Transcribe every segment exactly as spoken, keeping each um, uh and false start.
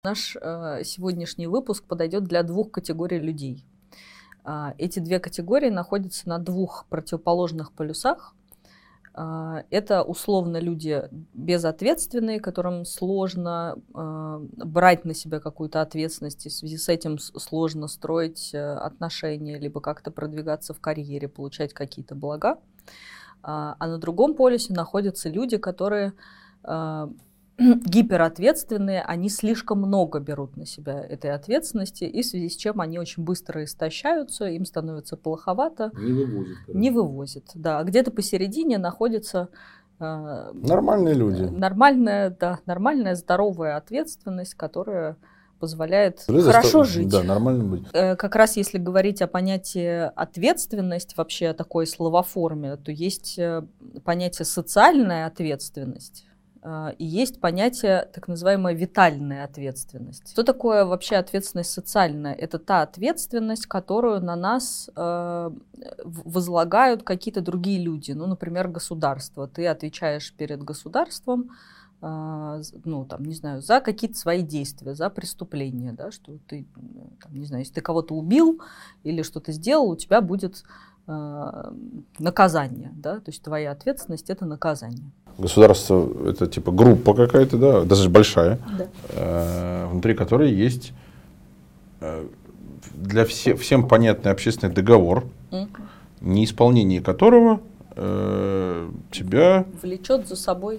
Наш э, сегодняшний выпуск подойдет для двух категорий людей. Э, эти две категории находятся на двух противоположных полюсах. Э, это условно люди безответственные, которым сложно э, брать на себя какую-то ответственность, и в связи с этим сложно строить э, отношения, либо как-то продвигаться в карьере, получать какие-то блага. Э, а на другом полюсе находятся люди, которые... Э, гиперответственные, они слишком много берут на себя этой ответственности, и в связи с чем они очень быстро истощаются, им становится плоховато. Не вывозят. Не вывозят, да. Где-то посередине находится э, нормальные люди. Нормальная, да, нормальная, здоровая ответственность, которая позволяет Люди хорошо заста... жить. Да, нормально быть. Э, как раз если говорить о понятии ответственность, вообще о такой словоформе, то есть э, понятие социальная ответственность. И есть понятие так называемая витальная ответственность. Что такое вообще ответственность социальная? Это та ответственность, которую на нас э, возлагают какие-то другие люди. Ну, например, государство. Ты отвечаешь перед государством, э, ну, там, не знаю, за какие-то свои действия, за преступления, да, что ты, там, не знаю, если ты кого-то убил или что-то сделал, у тебя будет э, наказание, да, то есть твоя ответственность — это наказание. Государство — это типа группа какая-то, да, даже большая, да. э, внутри которой есть э, для все, всем понятный общественный договор, угу. неисполнение которого э, тебя... влечет за собой.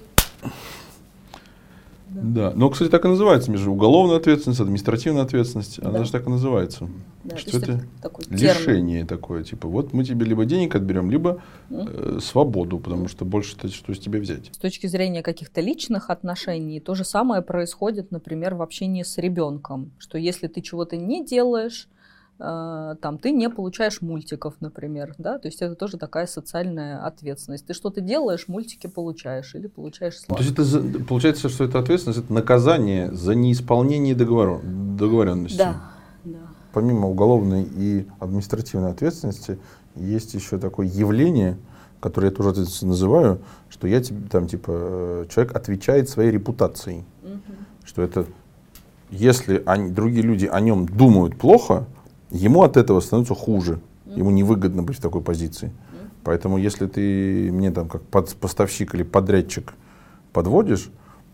Да. да, но, кстати, так и называется между уголовная ответственность, административная ответственность, она да. же так и называется. Да, что это такой лишение термин. Такое, типа, вот мы тебе либо денег отберем, либо э, свободу, потому что больше-то что с тебя взять. С точки зрения каких-то личных отношений, то же самое происходит, например, в общении с ребенком, что если ты чего-то не делаешь, э, там, ты не получаешь мультиков, например, да, то есть это тоже такая социальная ответственность. Ты что-то делаешь, мультики получаешь или получаешь сладкое. Ну, то есть это, получается, что это ответственность, это наказание за неисполнение договор, договоренности. Да, да. Помимо уголовной и административной ответственности, есть еще такое явление, которое я тоже ответственностью называю, что я там, типа, человек отвечает своей репутацией. Угу. Что это, если они, другие люди о нем думают плохо, ему от этого становится хуже. Угу. Ему невыгодно быть в такой позиции. Угу. Поэтому, если ты мне там как поставщик или подрядчик подводишь,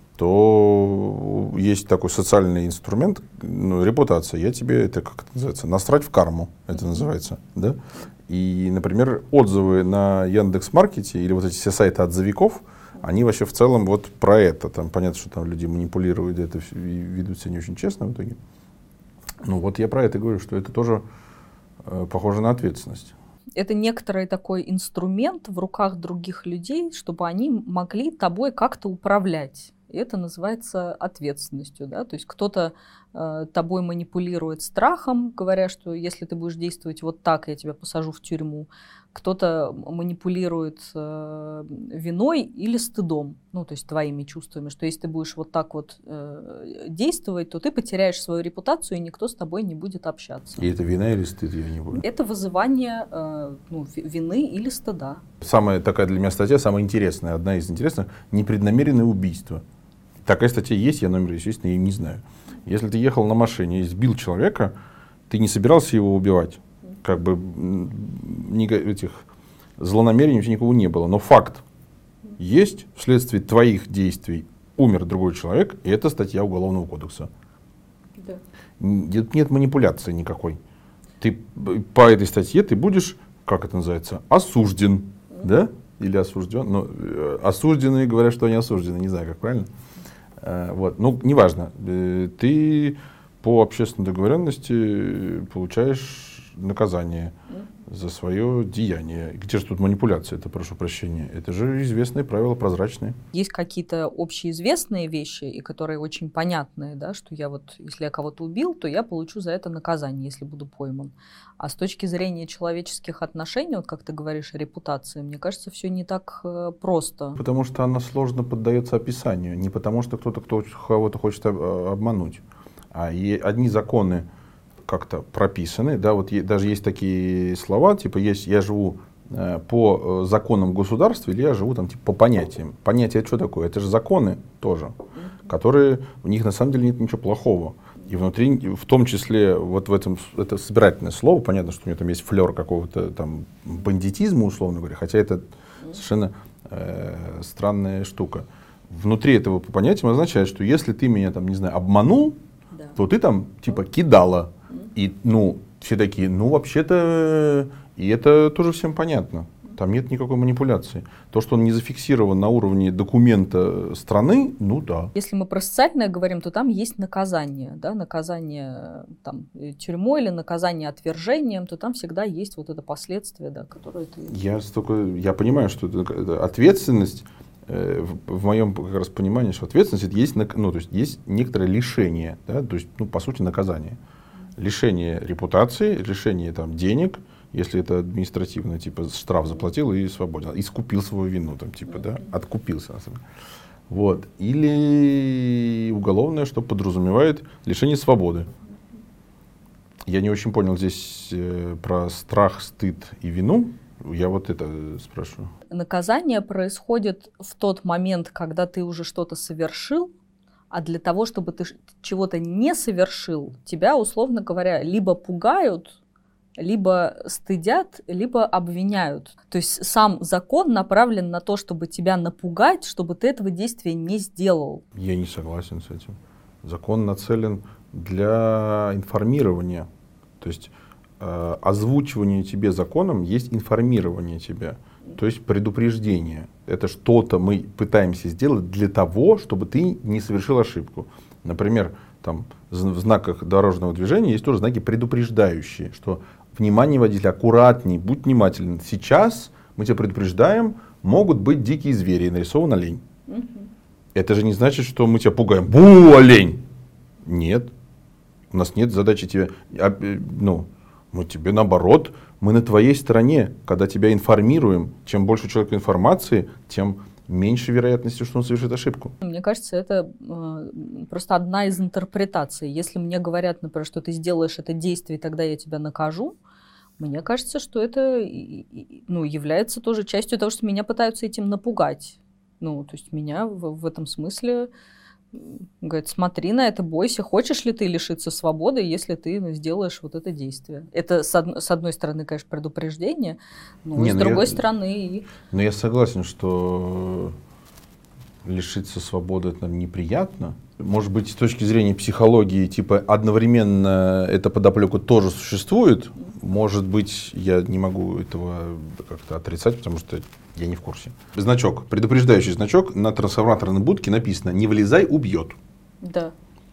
то есть такой социальный инструмент, ну, репутация. Я тебе, это как это называется, насрать в карму, это называется. Да? И, например, отзывы на Яндекс.Маркете или вот эти все сайты отзывиков, они вообще в целом вот про это. Там понятно, что там люди манипулируют это и ведут себя не очень честно в итоге. Ну вот я про это говорю, что это тоже э, похоже на ответственность. Это некоторый такой инструмент в руках других людей, чтобы они могли тобой как-то управлять. И это называется ответственностью, да, то есть кто-то э, тобой манипулирует страхом, говоря, что если ты будешь действовать вот так, я тебя посажу в тюрьму. Кто-то манипулирует э, виной или стыдом, ну, то есть твоими чувствами, что если ты будешь вот так вот э, действовать, то ты потеряешь свою репутацию, и никто с тобой не будет общаться. И это вина или стыд, я не понял. Это вызывание э, ну, вины или стыда. Самая такая для меня статья, самая интересная, одна из интересных, непреднамеренное убийство. Такая статья есть, я номер, естественно, я не знаю. Если ты ехал на машине и сбил человека, ты не собирался его убивать. Как бы ни, этих злонамерений у никого не было. Но факт есть, вследствие твоих действий умер другой человек, и это статья Уголовного кодекса. Да. Нет, нет манипуляции никакой. Ты, по этой статье ты будешь, как это называется, осужден. Mm-hmm. Да? Или осужден. Но осужденные говорят, что они осуждены. Не знаю, как правильно. Вот. Ну, неважно. Ты по общественной договоренности получаешь наказание за свое деяние. Где же тут манипуляция? Это, прошу прощения. Это же известные правила, прозрачные. Есть какие-то общеизвестные вещи, и которые очень понятные, да, что я вот, если я кого-то убил, то я получу за это наказание, если буду пойман. А с точки зрения человеческих отношений, вот как ты говоришь, репутации, мне кажется, все не так э, просто. Потому что она сложно поддается описанию. Не потому что кто-то кто кого-то хочет обмануть. А и одни законы как-то прописаны, да, вот е- даже есть такие слова, типа есть, я живу по законам государства, или я живу там типа по понятиям. Понятия это что такое? Это же законы тоже, которые, в них на самом деле нет ничего плохого. И внутри, в том числе, вот в этом, это собирательное слово, понятно, что у него там есть флер какого-то там бандитизма, условно говоря, хотя это совершенно э, странная штука. Внутри этого понятия означает, что если ты меня там, не знаю, обманул, да. то ты там типа кидала. И, ну, все такие, ну, вообще-то, и это тоже всем понятно. Там нет никакой манипуляции. То, что он не зафиксирован на уровне документа страны, ну да. Если мы про социальное говорим, то там есть наказание. Да? Наказание там, тюрьмой или наказание отвержением, то там всегда есть вот это последствие, да, которое ты... Я, столько, я понимаю, что это, это ответственность, э, в, в моем как раз понимании, что ответственность это есть, ну, то есть, есть некоторое лишение, да? То есть, ну, по сути, наказание. Лишение репутации, лишение там, денег, если это административно, типа штраф заплатил и свободен, искупил свою вину, там, типа, да, откупился. Вот. Или уголовное, что подразумевает лишение свободы. Я не очень понял здесь э, про страх, стыд и вину. Я вот это спрашиваю. Наказание происходит в тот момент, когда ты уже что-то совершил, а для того, чтобы ты чего-то не совершил, тебя, условно говоря, либо пугают, либо стыдят, либо обвиняют. То есть сам закон направлен на то, чтобы тебя напугать, чтобы ты этого действия не сделал. Я не согласен с этим. Закон нацелен для информирования. То есть э, озвучивание тебе законом есть информирование тебя. То есть предупреждение. Это что-то мы пытаемся сделать для того, чтобы ты не совершил ошибку. Например, там, в знаках дорожного движения есть тоже знаки предупреждающие, что внимание водителя, аккуратней, будь внимателен. Сейчас мы тебя предупреждаем, могут быть дикие звери, и нарисован олень. Угу. Это же не значит, что мы тебя пугаем. Бу, олень! Нет. У нас нет задачи тебе, ну, мы тебе наоборот, мы на твоей стороне, когда тебя информируем. Чем больше у человека информации, тем меньше вероятности, что он совершит ошибку. Мне кажется, это э, просто одна из интерпретаций. Если мне говорят, например, что ты сделаешь это действие, тогда я тебя накажу, мне кажется, что это ну, является тоже частью того, что меня пытаются этим напугать. Ну, то есть меня в, в этом смысле говорят, смотри на это, бойся, хочешь ли ты лишиться свободы, если ты сделаешь вот это действие. Это с, од- с одной стороны, конечно, предупреждение, но Не, с ну другой я, стороны... Но я согласен, что лишиться свободы это наверное, неприятно. Может быть, с точки зрения психологии, типа одновременно эта подоплека тоже существует. Может быть, я не могу этого как-то отрицать, потому что я не в курсе. Значок, предупреждающий значок на трансформаторной будке написано «Не влезай, убьет». Да.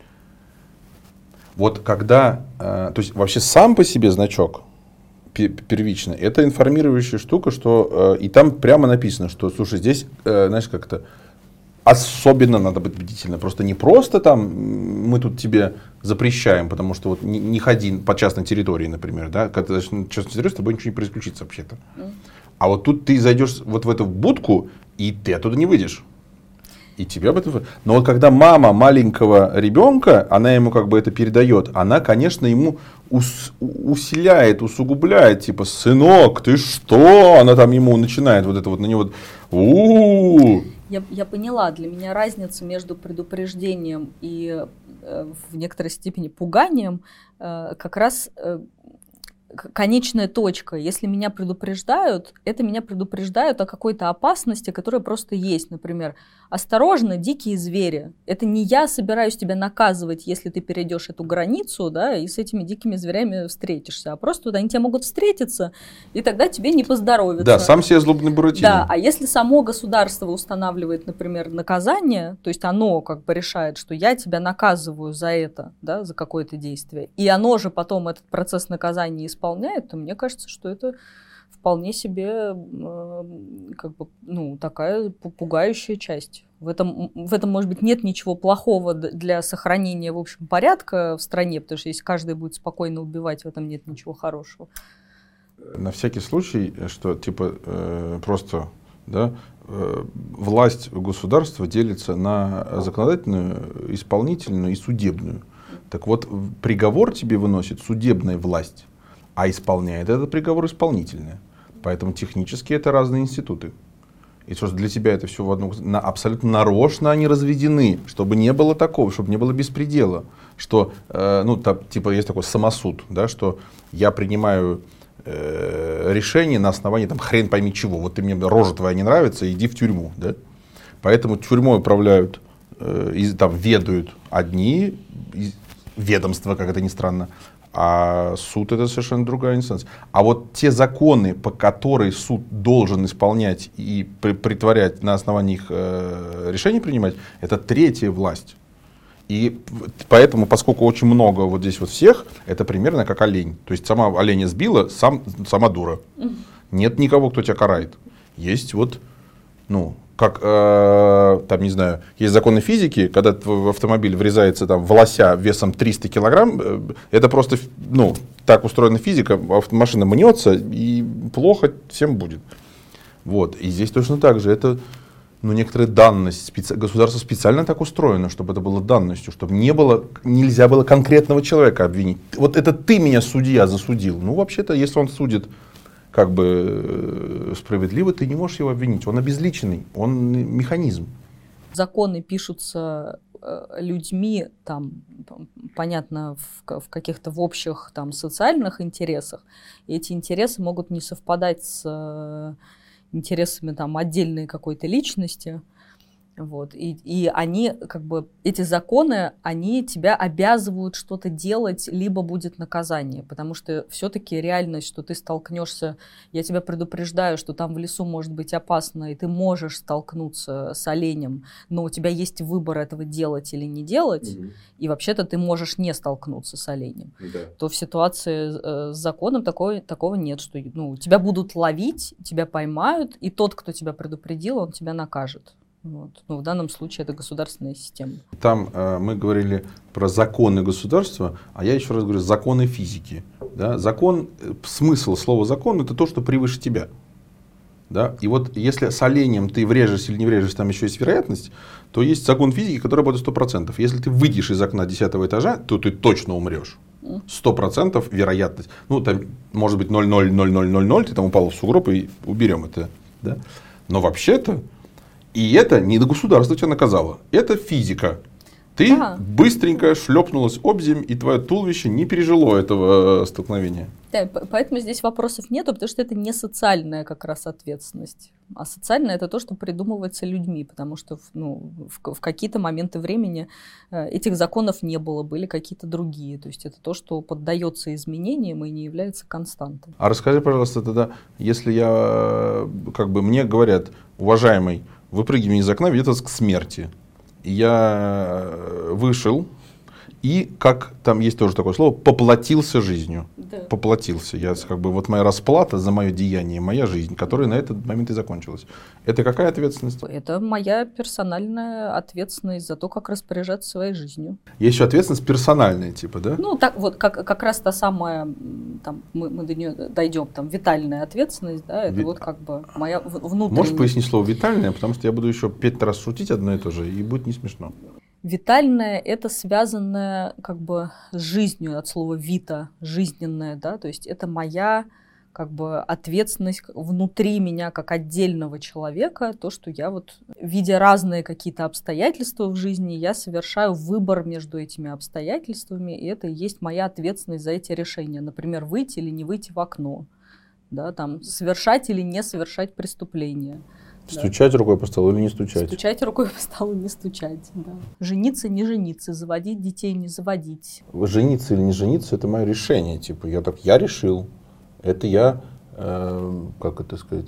Вот когда, э, то есть вообще сам по себе значок первично, это информирующая штука, что э, и там прямо написано, что, слушай, здесь, э, знаешь, как-то особенно надо быть бдительным. Просто не просто там мы тут тебе запрещаем, потому что вот не, не ходи по частной территории, например, да, когда ты на частной территории, с тобой ничего не переключится вообще-то. Mm. А вот тут ты зайдешь вот в эту будку, и ты оттуда не выйдешь. И тебя об этом... Но вот когда мама маленького ребенка, она ему как бы это передает, она, конечно, ему ус- усиляет, усугубляет, типа, сынок, ты что? Она там ему начинает вот это вот на него... У-у-у! Я, я поняла, для меня разница между предупреждением и э, в некоторой степени пуганием э, как раз э, конечная точка. Если меня предупреждают, это меня предупреждают о какой-то опасности, которая просто есть. Например, осторожно, дикие звери. Это не я собираюсь тебя наказывать, если ты перейдешь эту границу, да, и с этими дикими зверями встретишься. А просто они тебя могут встретиться, и тогда тебе не поздоровится. Да, сам себе злобный Буратино. Да, а если само государство устанавливает, например, наказание, то есть оно как бы решает, что я тебя наказываю за это, да, за какое-то действие, и оно же потом этот процесс наказания исполняет, то мне кажется, что это вполне себе э, как бы, ну, такая пугающая часть. В этом, в этом, может быть, нет ничего плохого для сохранения, в общем, порядка в стране, потому что если каждый будет спокойно убивать, в этом нет ничего хорошего. На всякий случай, что типа э, просто, да, э, власть государства делится на законодательную, исполнительную и судебную. Так вот, приговор тебе выносит судебная власть, а исполняет этот приговор исполнительная. Поэтому технически это разные институты. И что для тебя это все в одну... На, абсолютно нарочно они разведены, чтобы не было такого, чтобы не было беспредела. Что, э, ну, там, типа, есть такой самосуд, да, что я принимаю э, решение на основании, там, хрен пойми чего. Вот ты мне, рожа твоя не нравится, иди в тюрьму, да. Поэтому тюрьмой управляют, э, и, там, ведают одни ведомства, как это ни странно, а суд — это совершенно другая инстанция. А вот те законы, по которым суд должен исполнять и притворять, на основании их э, решений принимать, это третья власть. И поэтому, поскольку очень много вот здесь вот всех, это примерно как олень. То есть сама оленя сбила, сам, сама дура. Нет никого, кто тебя карает. Есть вот, ну... Как, э, там, не знаю, есть законы физики, когда в автомобиль врезается там, в лося весом триста килограмм, э, это просто, ну, так устроена физика, машина мнется, и плохо всем будет. Вот. И здесь точно так же. Это, ну, некоторая данность. Специ... Государство специально так устроено, чтобы это было данностью, чтобы не было, нельзя было конкретного человека обвинить. Вот это ты меня, судья, засудил. Ну, вообще-то, если он судит как бы справедливо, ты не можешь его обвинить. Он обезличенный, он механизм. Законы пишутся людьми, там, понятно, в, в каких-то в общих там, социальных интересах. И эти интересы могут не совпадать с интересами там, отдельной какой-то личности. Вот. И, и они, как бы, эти законы, они тебя обязывают что-то делать, либо будет наказание. Потому что все-таки реальность, что ты столкнешься, я тебя предупреждаю, что там в лесу может быть опасно, и ты можешь столкнуться с оленем, но у тебя есть выбор этого делать или не делать, mm-hmm. и вообще-то ты можешь не столкнуться с оленем. Yeah. То в ситуации э, с законом такого, такого нет, что ну, тебя будут ловить, тебя поймают, и тот, кто тебя предупредил, он тебя накажет. Вот. Ну, в данном случае это государственная система. Там э, мы говорили про законы государства, а я еще раз говорю, законы физики. Да? Закон, смысл слова закон — это то, что превыше тебя. Да? И вот если с оленем ты врежешься или не врежешься, там еще есть вероятность, то есть закон физики, который работает сто процентов. Если ты выйдешь из окна десятого этажа, то ты точно умрешь. сто процентов вероятность. Ну, там может быть ноль целых ноль ноль ноль ноль, ты там упал в сугроб и уберем это. Да? Но вообще-то, и это не до государства тебя наказало. Это физика. Ты да. быстренько шлепнулась об землю, и твое туловище не пережило этого столкновения. Да, поэтому здесь вопросов нету, потому что это не социальная как раз ответственность. А социальная — это то, что придумывается людьми, потому что ну, в, в какие-то моменты времени этих законов не было, были какие-то другие. То есть это то, что поддается изменениям и не является константой. А расскажи, пожалуйста, тогда, если я, как бы мне говорят, уважаемый, выпрыгивание из окна ведет вас к смерти. Я вышел и, как там есть тоже такое слово, поплатился жизнью. Да. Поплатился. Я, как бы, вот моя расплата за мое деяние, моя жизнь, которая на этот момент и закончилась. Это какая ответственность? Это моя персональная ответственность за то, как распоряжаться своей жизнью. Есть еще ответственность персональная, типа, да? Ну, так вот, как, как раз та самая, там, мы, мы до нее дойдем, там, витальная ответственность, да, это Ви... вот как бы моя внутренняя. Можешь пояснить слово «витальная», потому что я буду еще пять раз шутить одно и то же, и будет не смешно. Витальное — это связанное как бы с жизнью, от слова «вита», жизненное, да, то есть это моя как бы ответственность внутри меня как отдельного человека, то, что я вот, видя разные какие-то обстоятельства в жизни, я совершаю выбор между этими обстоятельствами, и это и есть моя ответственность за эти решения, например, выйти или не выйти в окно, да, там, совершать или не совершать преступление. Стучать да. рукой по столу или не стучать? Стучать рукой по столу, не стучать. Да. Жениться, не жениться, заводить детей, не заводить. Жениться или не жениться — это мое решение. Типа, я так, я решил. Это я, э, как это сказать,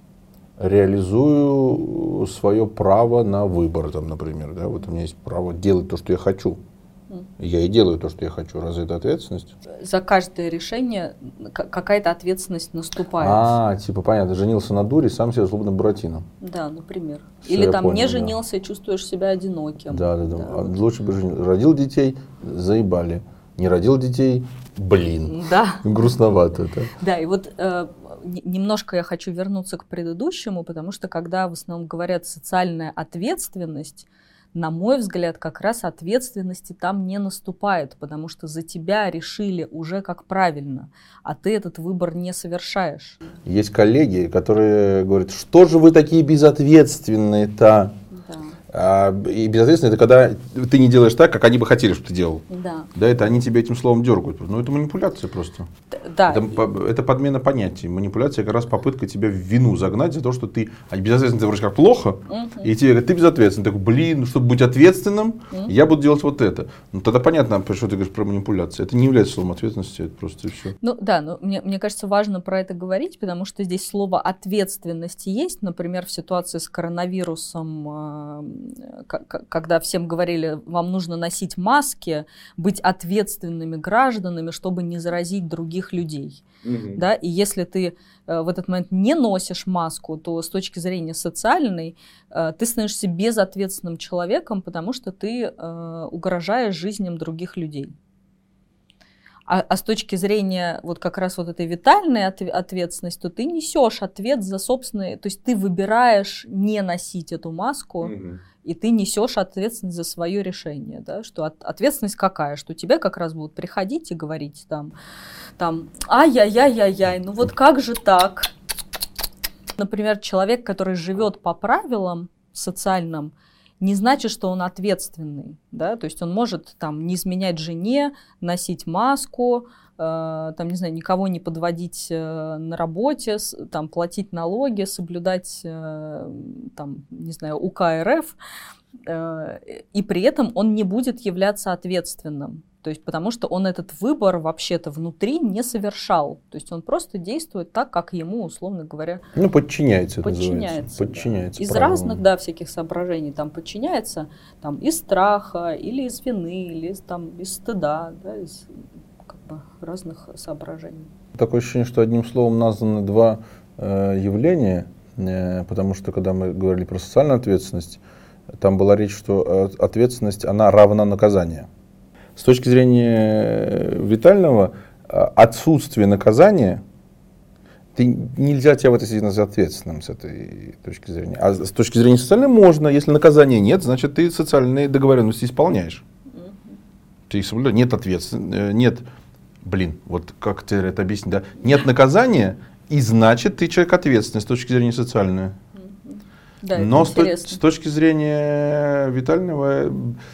реализую свое право на выбор, там, например. Да? Вот у меня есть право делать то, что я хочу. Я и делаю то, что я хочу. Разве это ответственность? За каждое решение какая-то ответственность наступает. А, типа, понятно, женился на дуре, сам себя злобным буратином. Да, например. Все, или там понял, не женился, да. чувствуешь себя одиноким. Да, да, да. да. Лучше бы женился. Родил детей, заебали. Не родил детей, блин. Да. Грустновато. Да, да и вот э, немножко я хочу вернуться к предыдущему, потому что когда в основном говорят социальная ответственность, на мой взгляд, как раз ответственности там не наступает, потому что за тебя решили уже как правильно, а ты этот выбор не совершаешь. Есть коллеги, которые говорят, что же вы такие безответственные-то? Да. А, и безответственно это когда ты не делаешь так, как они бы хотели, чтобы ты делал. Да. Да, это они тебя этим словом дергают. Ну, это манипуляция просто. Да. Это, это подмена понятий. Манипуляция как раз попытка тебя в вину загнать за то, что ты а безответственный, ты вроде как плохо, угу. И тебе говорят, ты безответственный. Ты такой, блин, чтобы быть ответственным, угу. Я буду делать вот это. Ну, тогда понятно, что ты говоришь про манипуляцию. Это не является словом ответственности, это просто и все. Ну, да, но мне, мне кажется, важно про это говорить, потому что здесь слово ответственность есть. Например, в ситуации с коронавирусом, когда всем говорили, вам нужно носить маски, быть ответственными гражданами, чтобы не заразить других людей. Mm-hmm. Да? И если ты э, в этот момент не носишь маску, то с точки зрения социальной э, ты становишься безответственным человеком, потому что ты э, угрожаешь жизням других людей. А, а с точки зрения вот как раз вот этой витальной от, ответственности, то ты несешь ответ за собственные, то есть ты выбираешь не носить эту маску, mm-hmm. И ты несешь ответственность за свое решение, да? Что от, ответственность какая, что тебе как раз будут приходить и говорить там, там, ай-яй-яй-яй-яй, ну вот как же так? Например, человек, который живет по правилам социальным, не значит, что он ответственный, да, то есть он может там не изменять жене, носить маску, э, там, не знаю, никого не подводить э, на работе, с, там, платить налоги, соблюдать, э, там, не знаю, УК РФ, э, и при этом он не будет являться ответственным. То есть, потому что он этот выбор вообще-то внутри не совершал. То есть он просто действует так, как ему, условно говоря, ну, подчиняется. Подчиняется. Подчиняется. Да. Из правилам. разных, да, всяких соображений там подчиняется, там, из страха, или из вины, или из, там, из стыда, да, из как бы, разных соображений. Такое ощущение, что одним словом названы два э, явления, э, потому что когда мы говорили про социальную ответственность, там была речь, что ответственность, она равна наказанию. С точки зрения витального, отсутствие наказания, ты, нельзя тебя в этой связи назвать ответственным с этой точки зрения. А с точки зрения социальной можно. Если наказания нет, значит ты социальные договоренности исполняешь. Mm-hmm. Ты их соблюдаешь. Нет ответственности, нет, блин, вот как тебе это объяснить, да? Нет наказания, и значит ты человек ответственный с точки зрения социальной. Mm-hmm. Да, но с, то, с точки зрения витального,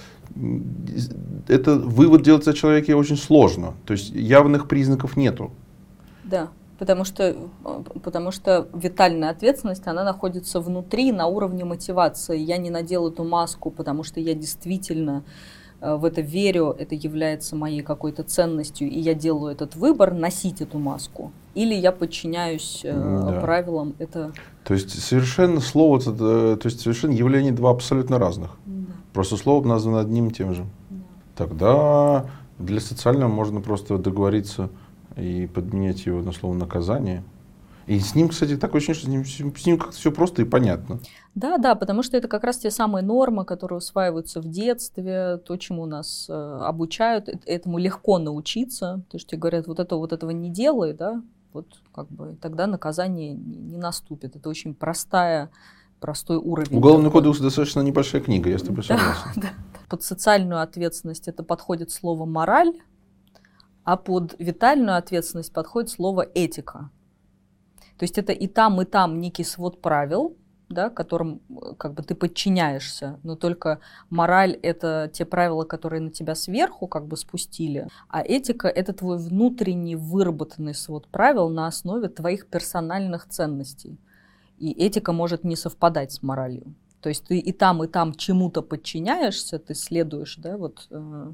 это вывод делать о человеке очень сложно. То есть явных признаков нету. Да, потому что, потому что витальная ответственность, она находится внутри, на уровне мотивации. Я не надел эту маску, потому что я действительно в это верю, это является моей какой-то ценностью, и я делаю этот выбор носить эту маску. Или я подчиняюсь да. правилам. Это... То есть совершенно слово, то есть совершенно явление два абсолютно разных. Да. Просто слово названо одним и тем же. Да. Тогда для социального можно просто договориться и подменять его на слово наказание. И с ним, кстати, такое ощущение, что с ним, с ним как-то все просто и понятно. Да, да, потому что это как раз те самые нормы, которые усваиваются в детстве, то, чему нас э, обучают, этому легко научиться. То есть тебе говорят, вот, это, вот этого не делай, да, вот как бы тогда наказание не, не наступит. Это очень простая, простой уровень. Уголовный кодекс достаточно небольшая книга, я с тобой согласен. Да, да. Под социальную ответственность это подходит слово «мораль», а под витальную ответственность подходит слово «этика». То есть это и там, и там некий свод правил, да, которым как бы ты подчиняешься, но только мораль — это те правила, которые на тебя сверху как бы спустили, а этика — это твой внутренний выработанный свод правил на основе твоих персональных ценностей. И этика может не совпадать с моралью. То есть ты и там, и там чему-то подчиняешься, ты следуешь, да, вот... Э,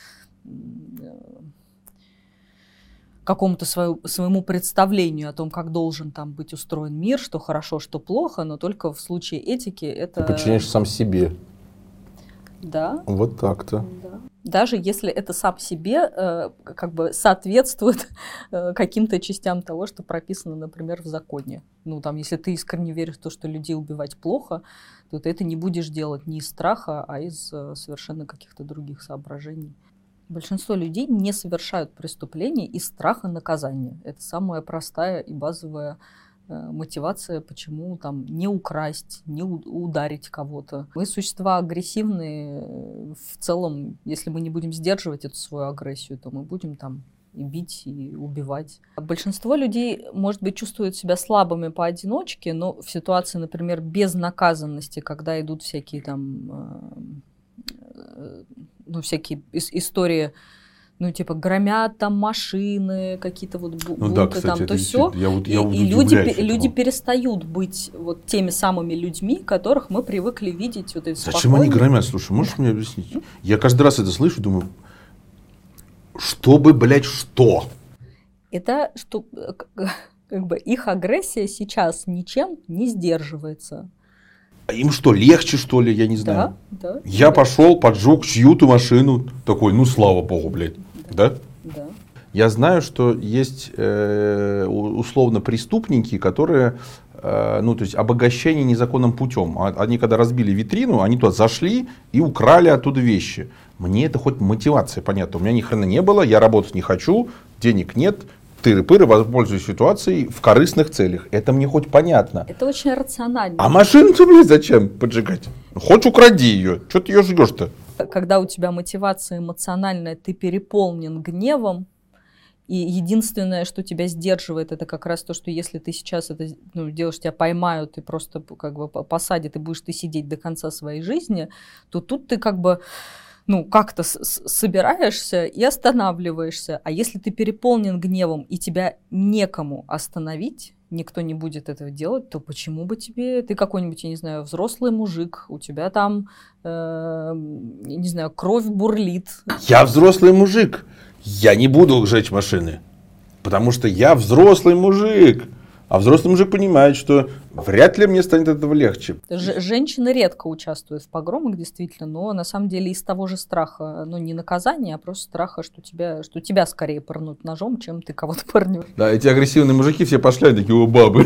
э, какому-то свою, своему представлению о том, как должен там быть устроен мир, что хорошо, что плохо, но только в случае этики это... Ты подчиняешься сам себе. Да. Вот так-то. Да. Даже если это сам себе э, как бы соответствует э, каким-то частям того, что прописано, например, в законе. Ну, там, если ты искренне веришь в то, что людей убивать плохо, то ты это не будешь делать не из страха, а из э, совершенно каких-то других соображений. Большинство людей не совершают преступления из страха наказания. Это самая простая и базовая мотивация, почему там не украсть, не ударить кого-то. Мы существа агрессивные. В целом, если мы не будем сдерживать эту свою агрессию, то мы будем там и бить, и убивать. Большинство людей, может быть, чувствуют себя слабыми поодиночке, но в ситуации, например, безнаказанности, когда идут всякие там, ну, всякие истории, ну, типа, громят там машины, какие-то вот бунты, ну, да, кстати, там, то все. Я вот, я и и люди, люди перестают быть вот теми самыми людьми, которых мы привыкли видеть. Вот эти Зачем спокойные... они громят? Слушай, можешь мне объяснить? Я каждый раз это слышу, думаю, чтобы, блядь, что? Это, что как бы их агрессия сейчас ничем не сдерживается. А им что, легче, что ли, я не знаю? Да, да. Я да. пошел, поджег чью-то машину, такой, ну, слава богу, блядь, да? Да. Я знаю, что есть э, условно преступники, которые, э, ну, то есть обогащение незаконным путем. Они когда разбили витрину, они туда зашли и украли оттуда вещи. Мне это хоть мотивация, понятно. У меня ни хрена не было, я работать не хочу, денег нет. Тыры-пыры, воспользуюсь ситуацией в корыстных целях. Это мне хоть понятно. Это очень рационально. А машину-то, блядь, зачем поджигать? Хоть укради ее. Что ты ее ждешь-то? Когда у тебя мотивация эмоциональная, ты переполнен гневом, и единственное, что тебя сдерживает, это как раз то, что если ты сейчас это ну, делаешь, тебя поймают и просто как бы посадят, и будешь ты сидеть до конца своей жизни, то тут ты как бы... ну, как-то собираешься и останавливаешься. А если ты переполнен гневом и тебя некому остановить, никто не будет этого делать, то почему бы тебе... Ты какой-нибудь, я не знаю, взрослый мужик, у тебя там, э, я не знаю, кровь бурлит. Я взрослый мужик. Я не буду сжечь машины. Потому что я взрослый мужик. А взрослый мужик понимает, что вряд ли мне станет этого легче. Ж- женщины редко участвуют в погромах, действительно, но на самом деле из того же страха, ну не наказания, а просто страха, что тебя, что тебя скорее пырнут ножом, чем ты кого-то пырнешь. Да, эти агрессивные мужики все пошли, такие, о, бабы.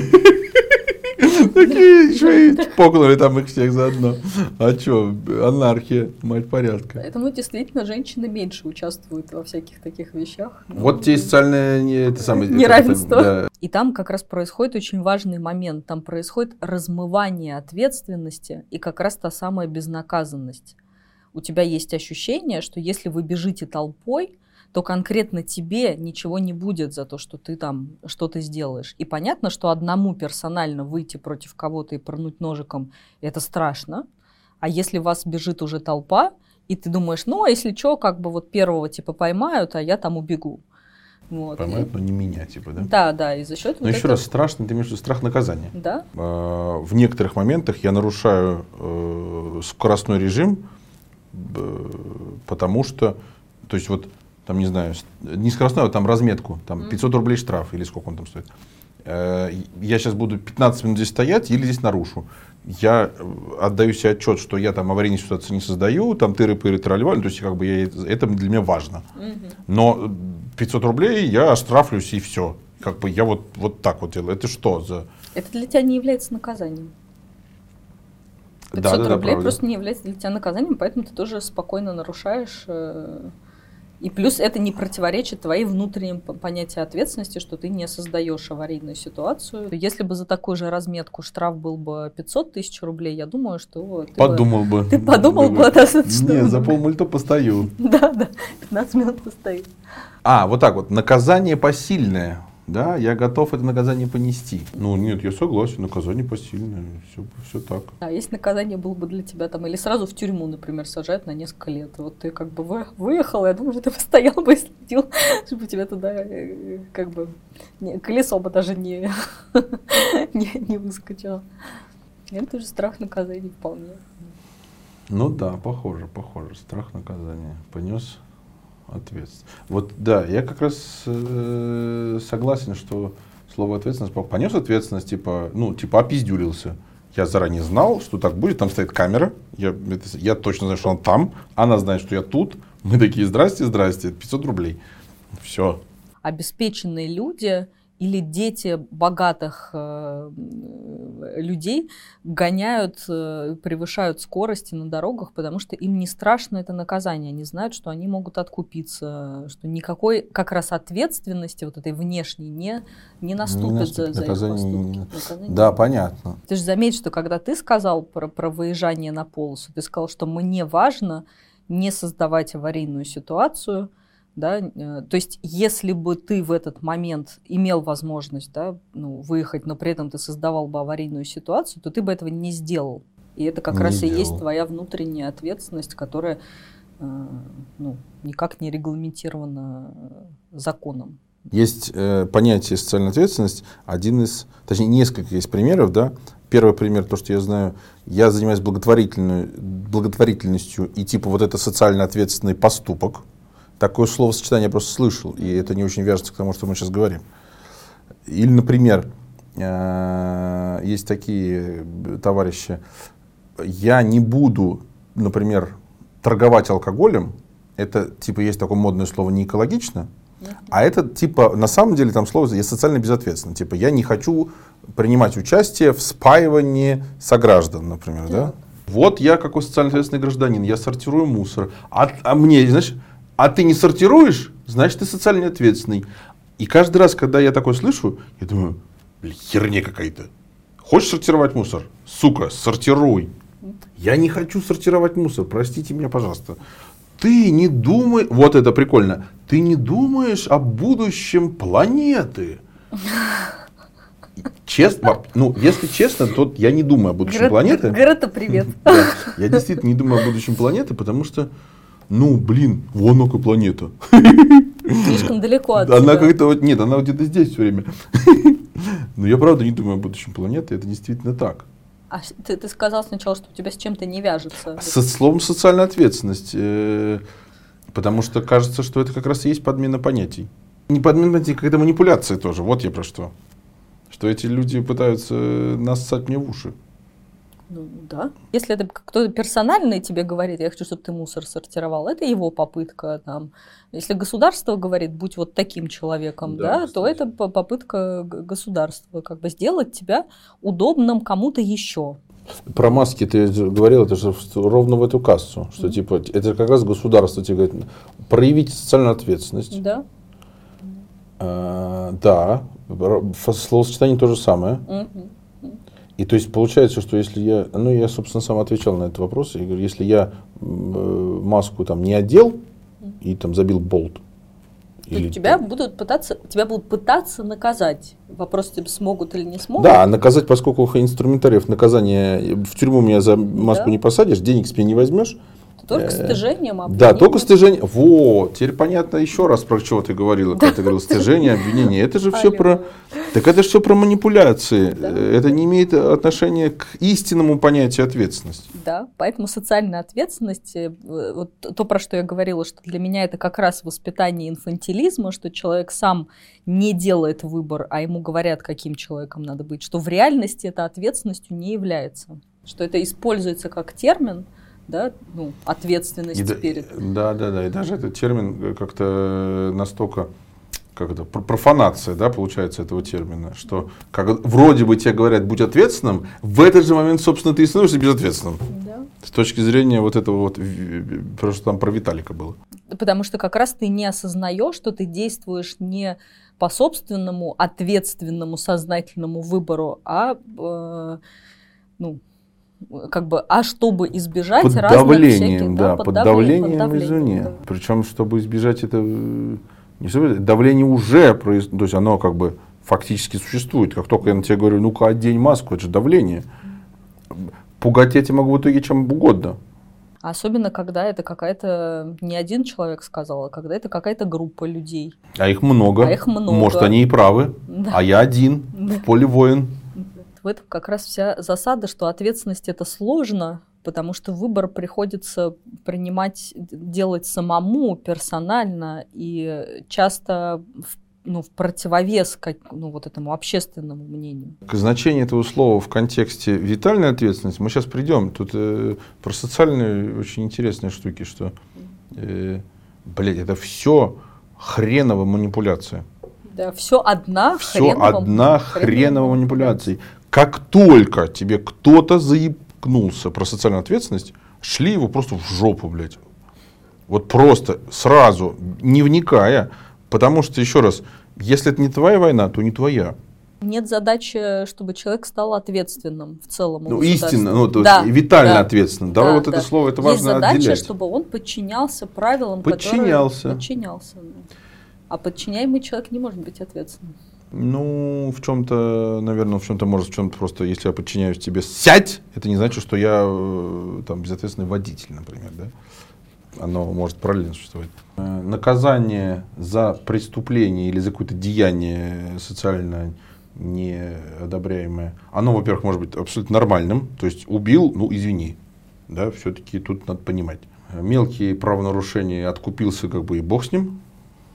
Такие еще и чпокнули там их всех заодно. А что, анархия, мать порядка. Поэтому действительно женщины меньше участвуют во всяких таких вещах. Вот те социальное это самое, неравенство. Это, да. И там как раз происходит очень важный момент. Там происходит размывание ответственности и как раз та самая безнаказанность. У тебя есть ощущение, что если вы бежите толпой, то конкретно тебе ничего не будет за то, что ты там что-то сделаешь. И понятно, что одному персонально выйти против кого-то и пырнуть ножиком – это страшно. А если вас бежит уже толпа, и ты думаешь, ну, а если что, как бы вот первого типа поймают, а я там убегу. Вот. Поймают, но не меня, типа, да? Да, да, и за счет... Но вот еще это... раз, страшно, ты имеешь в виду страх наказания. Да. В некоторых моментах я нарушаю скоростной режим, потому что, то есть вот, там, не знаю, не скоростной, а там разметку, там пятьсот рублей штраф, или сколько он там стоит. Я сейчас буду пятнадцать минут здесь стоять или здесь нарушу. Я отдаю себе отчет, что я там аварийной ситуации не создаю, там тыры-пыры, тролливали, то есть как бы я, это для меня важно. Но пятьсот рублей я оштрафлюсь и все. Как бы я вот, вот так вот делаю. Это что за... Это для тебя не является наказанием. пятьсот да, да, рублей да, просто не является для тебя наказанием, поэтому ты тоже спокойно нарушаешь. И плюс это не противоречит твоим внутренним понятиям ответственности, что ты не создаешь аварийную ситуацию. Если бы за такую же разметку штраф был бы пятьсот тысяч рублей, я думаю, что ты подумал бы. бы... Ты подумал бы, да, что... Не, за полмульта постою. Да, да, пятнадцать минут постоит. А, вот так вот, наказание посильное. Да, я готов это наказание понести. Ну нет, я согласен, наказание посильное, все, все так. А если наказание было бы для тебя там, или сразу в тюрьму, например, сажают на несколько лет, вот ты как бы выехал, я думаю, что ты постоял бы и следил, чтобы тебя туда как бы не, колесо бы даже не, не, не выскочило. Это же страх наказания вполне. Ну да, похоже, похоже, страх наказания. Понес ответственность. Вот да, я как раз э, согласен, что слово ответственность, понес ответственность, типа, ну, типа опиздюлился. Я заранее знал, что так будет, там стоит камера, я, это, я точно знаю, что он там, она знает, что я тут, мы такие, здрасте, здрасте, пятьсот рублей, все. Обеспеченные люди или дети богатых э, людей гоняют, э, превышают скорости на дорогах, потому что им не страшно это наказание. Они знают, что они могут откупиться, что никакой как раз ответственности вот этой внешней не, не наступит, не наступит за, за их поступки. Наказание. Да, понятно. Ты же заметь, что когда ты сказал про, про выезжание на полосу, ты сказал, что мне важно не создавать аварийную ситуацию. Да? То есть, если бы ты в этот момент имел возможность, да, ну, выехать, но при этом ты создавал бы аварийную ситуацию, то ты бы этого не сделал. И это как не раз сделал. И есть твоя внутренняя ответственность, которая э, ну, никак не регламентирована законом. Есть э, понятие социальная ответственность. Один из, точнее, несколько есть примеров. Да? Первый пример, то, что я знаю, я занимаюсь благотворительной, благотворительностью, и типа вот это социально ответственный поступок. Такое словосочетание я просто слышал, и это не очень вяжется к тому, что мы сейчас говорим. Или, например, есть такие товарищи, я не буду, например, торговать алкоголем, это типа есть такое модное слово не экологично, а это типа на самом деле там слово я социально безответственно, типа я не хочу принимать участие в спаивании сограждан, например, да. Да? Вот я какой социально ответственный гражданин, я сортирую мусор, а, а мне, знаешь, а ты не сортируешь, значит, ты социально ответственный. И каждый раз, когда я такое слышу, я думаю, херня какая-то. Хочешь сортировать мусор? Сука, сортируй. Я не хочу сортировать мусор, простите меня, пожалуйста. Ты не думай, вот это прикольно, ты не думаешь о будущем планеты. Честно, ну, если честно, то я не думаю о будущем Грета, планеты. Грета, привет. Да, я действительно не думаю о будущем планеты, потому что ну, блин, вон какая планета. Слишком далеко от Она как-то вот, нет, она где-то здесь все время. Но я правда не думаю о будущем планеты, это действительно так. А ты, ты сказал сначала, что у тебя с чем-то не вяжется. Со словом социальная ответственность. Э, потому что кажется, что это как раз и есть подмена понятий. Не подмена понятий, как это манипуляция тоже. Вот я про что. Что эти люди пытаются нассать мне в уши. Ну, да. Если это кто-то персонально тебе говорит, я хочу, чтобы ты мусор сортировал, это его попытка. Там. Если государство говорит, будь вот таким человеком, да, да, то это попытка государства как бы сделать тебя удобным кому-то еще. Про маски ты говорил, это же ровно в эту кассу, что mm-hmm. типа это как раз государство тебе говорит, проявите социальную ответственность. Да. А, да, словосочетание то же самое. Mm-hmm. И то есть получается, что если я, ну я, собственно, сам отвечал на этот вопрос, я говорю, если я э, маску там не одел и там забил болт, или тебя там, будут пытаться, тебя будут пытаться наказать. Вопрос, тебе смогут или не смогут. Да, наказать, поскольку инструментариев наказания в тюрьму меня за маску да. не посадишь, денег с меня не возьмешь. Только стыжением, обвинением. Да, только стыжение. Вот, теперь понятно еще раз, про что ты говорила, когда ты говорила стыжение, обвинение. Это же все про... Так это же все про манипуляции. Да. Это не имеет отношения к истинному понятию ответственности. Да, поэтому социальная ответственность, вот то, про что я говорила, что для меня это как раз воспитание инфантилизма, что человек сам не делает выбор, а ему говорят, каким человеком надо быть, что в реальности это ответственностью не является. Что это используется как термин, да, ну, ответственность и перед... Да, да, да, и даже этот термин как-то настолько, как это, профанация, да, получается, этого термина, что как, вроде бы тебе говорят, будь ответственным, в этот же момент, собственно, ты и становишься безответственным. Да. С точки зрения вот этого вот, потому что там про Виталика было. Потому что как раз ты не осознаешь, что ты действуешь не по собственному ответственному сознательному выбору, а, э, ну, как бы, а чтобы избежать под разных давлением, всяких, да, да, под, под давлением, давлением, под извне. давлением, да. Причем, чтобы избежать это, не чтобы, давление уже происходит, то есть оно как бы фактически существует. Как только я на тебя говорю, ну-ка одень маску, это же давление. Пугать я тебя могу в итоге чем угодно. Особенно, когда это какая-то, не один человек сказал, а когда это какая-то группа людей. А их много. А их много. Может, они и правы, да. А я один, да. В поле воин. В этом как раз вся засада, что ответственность это сложно, потому что выбор приходится принимать, делать самому, персонально, и часто в, ну, в противовес как, ну, вот этому общественному мнению. К значению этого слова в контексте витальной ответственности мы сейчас придем. Тут э, про социальные очень интересные штуки, что, э, блядь, это все хреновая манипуляция. Да, все одна все хреновая, одна хреновая манипуляция. Как только тебе кто-то заикнулся про социальную ответственность, шли его просто в жопу, блядь. Вот просто сразу, не вникая, потому что, еще раз, если это не твоя война, то не твоя. Нет задачи, чтобы человек стал ответственным в целом. Ну, истинно, ну, то да, есть витально да, ответственным. Давай да, вот да. это слово, это Есть важно задача, отделять. чтобы он подчинялся правилам, Подчинялся. которые... Подчинялся. А подчиняемый человек не может быть ответственным. Ну, в чем-то, наверное, в чем-то может, в чем-то просто, если я подчиняюсь тебе, сядь, это не значит, что я там безответственный водитель, например, да? Оно может параллельно существовать. Наказание за преступление или за какое-то деяние социально неодобряемое, оно, во-первых, может быть абсолютно нормальным, то есть убил, ну, извини, да, все-таки тут надо понимать. Мелкие правонарушения, откупился, как бы, и бог с ним,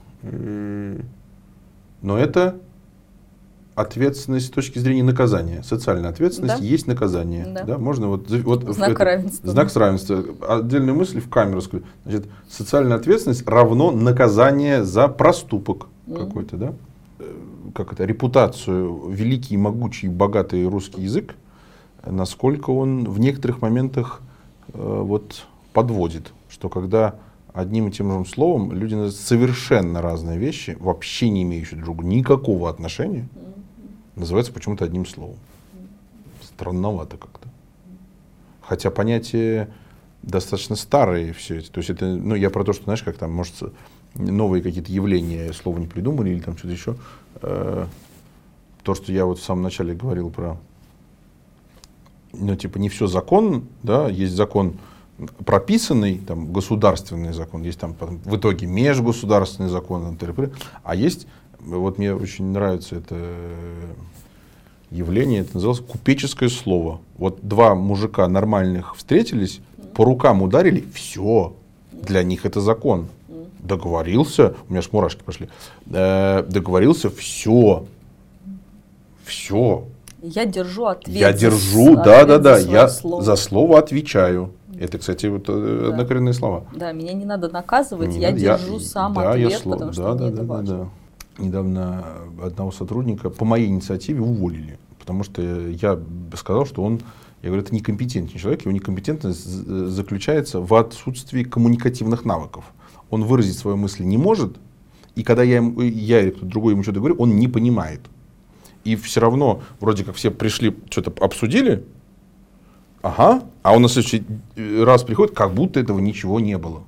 но это ответственность с точки зрения наказания. Социальная ответственность, да, есть наказание. Да. Да, можно вот, вот знак это, равенства. Знак равенства. Отдельная мысль в камеру скажу. Значит, социальная ответственность равно наказание за проступок mm-hmm. какой-то, да? Как это, репутацию, великий, могучий, богатый русский язык, насколько он в некоторых моментах э, вот, подводит, что когда одним и тем же словом люди называют совершенно разные вещи, вообще не имеющие друг к другу никакого отношения, называются почему-то одним словом. Странновато как-то. Хотя понятия достаточно старые все эти. То есть это, ну, я про то, что, знаешь, как там, может, новые какие-то явления слова не придумали или там что-то еще. Э, то, что я вот в самом начале говорил про, ну, типа, не все закон, да, есть закон прописанный, там, государственный закон, есть там в итоге межгосударственный закон, а есть, вот мне очень нравится это явление, это называлось купеческое слово. Вот два мужика нормальных встретились, по рукам ударили, все, для них это закон. Договорился, у меня аж мурашки пошли, э, договорился, все, все. Я держу ответ. Я за, держу, да, да, да, за я слово. за слово отвечаю. Это, кстати, вот да. однокоренные слова. Да, меня не надо наказывать, не я надо, держу я, сам да, ответ, я сло... потому что да, мне да, это да, важно. Да, да. Недавно одного сотрудника по моей инициативе уволили, потому что я сказал, что он, я говорю, это некомпетентный человек, его некомпетентность заключается в отсутствии коммуникативных навыков. Он выразить свои мысли не может, и когда я, ему, я или кто-то другой ему что-то говорю, он не понимает. И все равно, вроде как все пришли, что-то обсудили, ага, а он на следующий раз приходит, как будто этого ничего не было.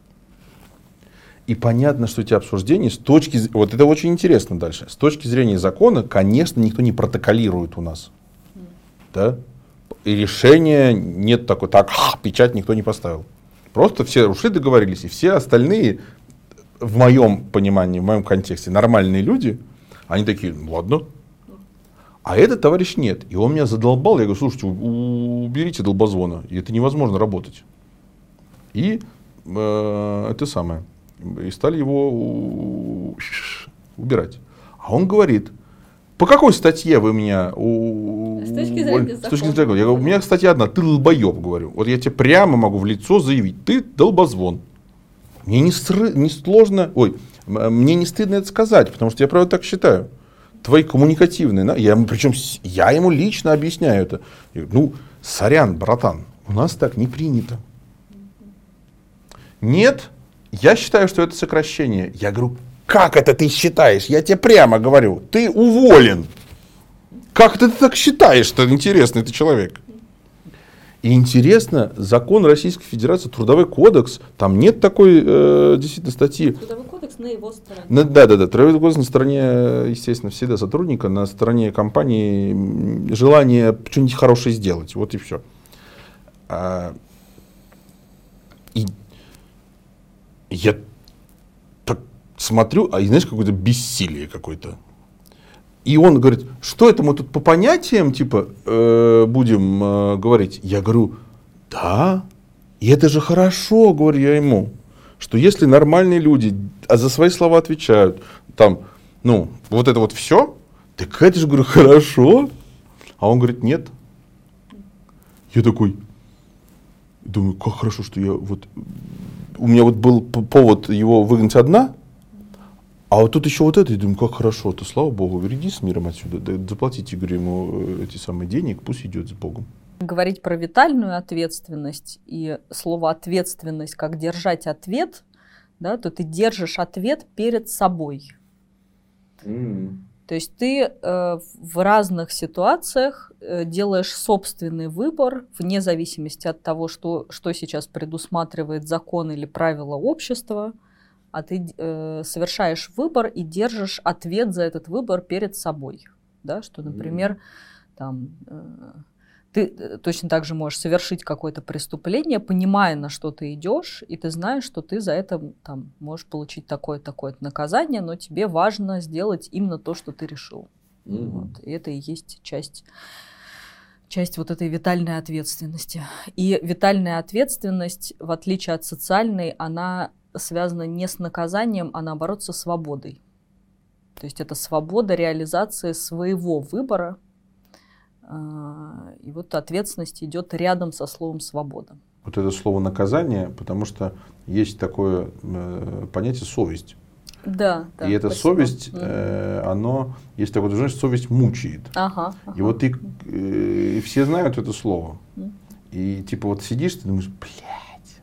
И понятно, что эти обсуждения с точки зрения, вот это очень интересно дальше, с точки зрения закона, конечно, никто не протоколирует у нас. Mm. Да? И решения нет такой, так, ха, печать никто не поставил. Просто все ушли, договорились, и все остальные, в моем понимании, в моем контексте, нормальные люди, они такие, ну ладно. А этот товарищ нет. И он меня задолбал. Я говорю, слушайте, уберите долбозвона. И это невозможно работать. И э, это самое. И стали его убирать. А он говорит, по какой статье вы меня... У... С точки зрения закона. С точки зрения, я говорю, у меня статья одна, ты долбоеб, говорю. Вот я тебе прямо могу в лицо заявить, ты долбозвон. Мне не, сры... не сложно, ой, мне не стыдно это сказать, потому что я правда так считаю. Твои коммуникативные, я ему, причем я ему лично объясняю это. Я говорю, ну, сорян, братан, у нас так не принято. Нет, я считаю, что это сокращение. Я говорю, как это ты считаешь? Я тебе прямо говорю, ты уволен. Как ты так считаешь, что интересный ты человек? И интересно, закон Российской Федерации, Трудовой кодекс, там нет такой э, действительно статьи. Трудовой кодекс на его стороне. На, да, да, да. Трудовой кодекс на стороне, естественно, всегда сотрудника, на стороне компании желание что-нибудь хорошее сделать. Вот и все. А, и я так смотрю, а знаешь, какое-то бессилие какое-то. И он говорит, что это мы тут по понятиям типа э, будем э, говорить? Я говорю, да, и это же хорошо, говорю я ему, что если нормальные люди а за свои слова отвечают, там, ну, вот это вот все, так это же, говорю, хорошо. А он говорит, нет. Я такой, думаю, как хорошо, что я вот, у меня вот был повод его выгнать одна, А вот тут еще вот это, я думаю, как хорошо, то слава богу, верни с миром отсюда, да, заплатите, говорю, ему эти самые денег, пусть идет с Богом. Говорить про витальную ответственность и слово ответственность, как держать ответ, да, то ты держишь ответ перед собой. Mm. То есть ты э, в разных ситуациях э, делаешь собственный выбор, вне зависимости от того, что, что сейчас предусматривает закон или правила общества, а ты э, совершаешь выбор и держишь ответ за этот выбор перед собой. Да? Что, например, mm. там, э, ты точно так же можешь совершить какое-то преступление, понимая, на что ты идешь, и ты знаешь, что ты за это там, можешь получить такое-такое наказание, но тебе важно сделать именно то, что ты решил. Mm-hmm. Вот. И это и есть часть, часть вот этой витальной ответственности. И витальная ответственность, в отличие от социальной, она связана не с наказанием, а наоборот со свободой. То есть это свобода реализации своего выбора. И вот ответственность идет рядом со словом «свобода». Вот это слово «наказание», потому что есть такое э, понятие «совесть». Да, да. И эта спасибо. совесть, э, оно, есть такое движение, что совесть мучает. Ага, ага. И вот ты, э, и все знают это слово. Mm. И типа вот сидишь, ты думаешь, блядь,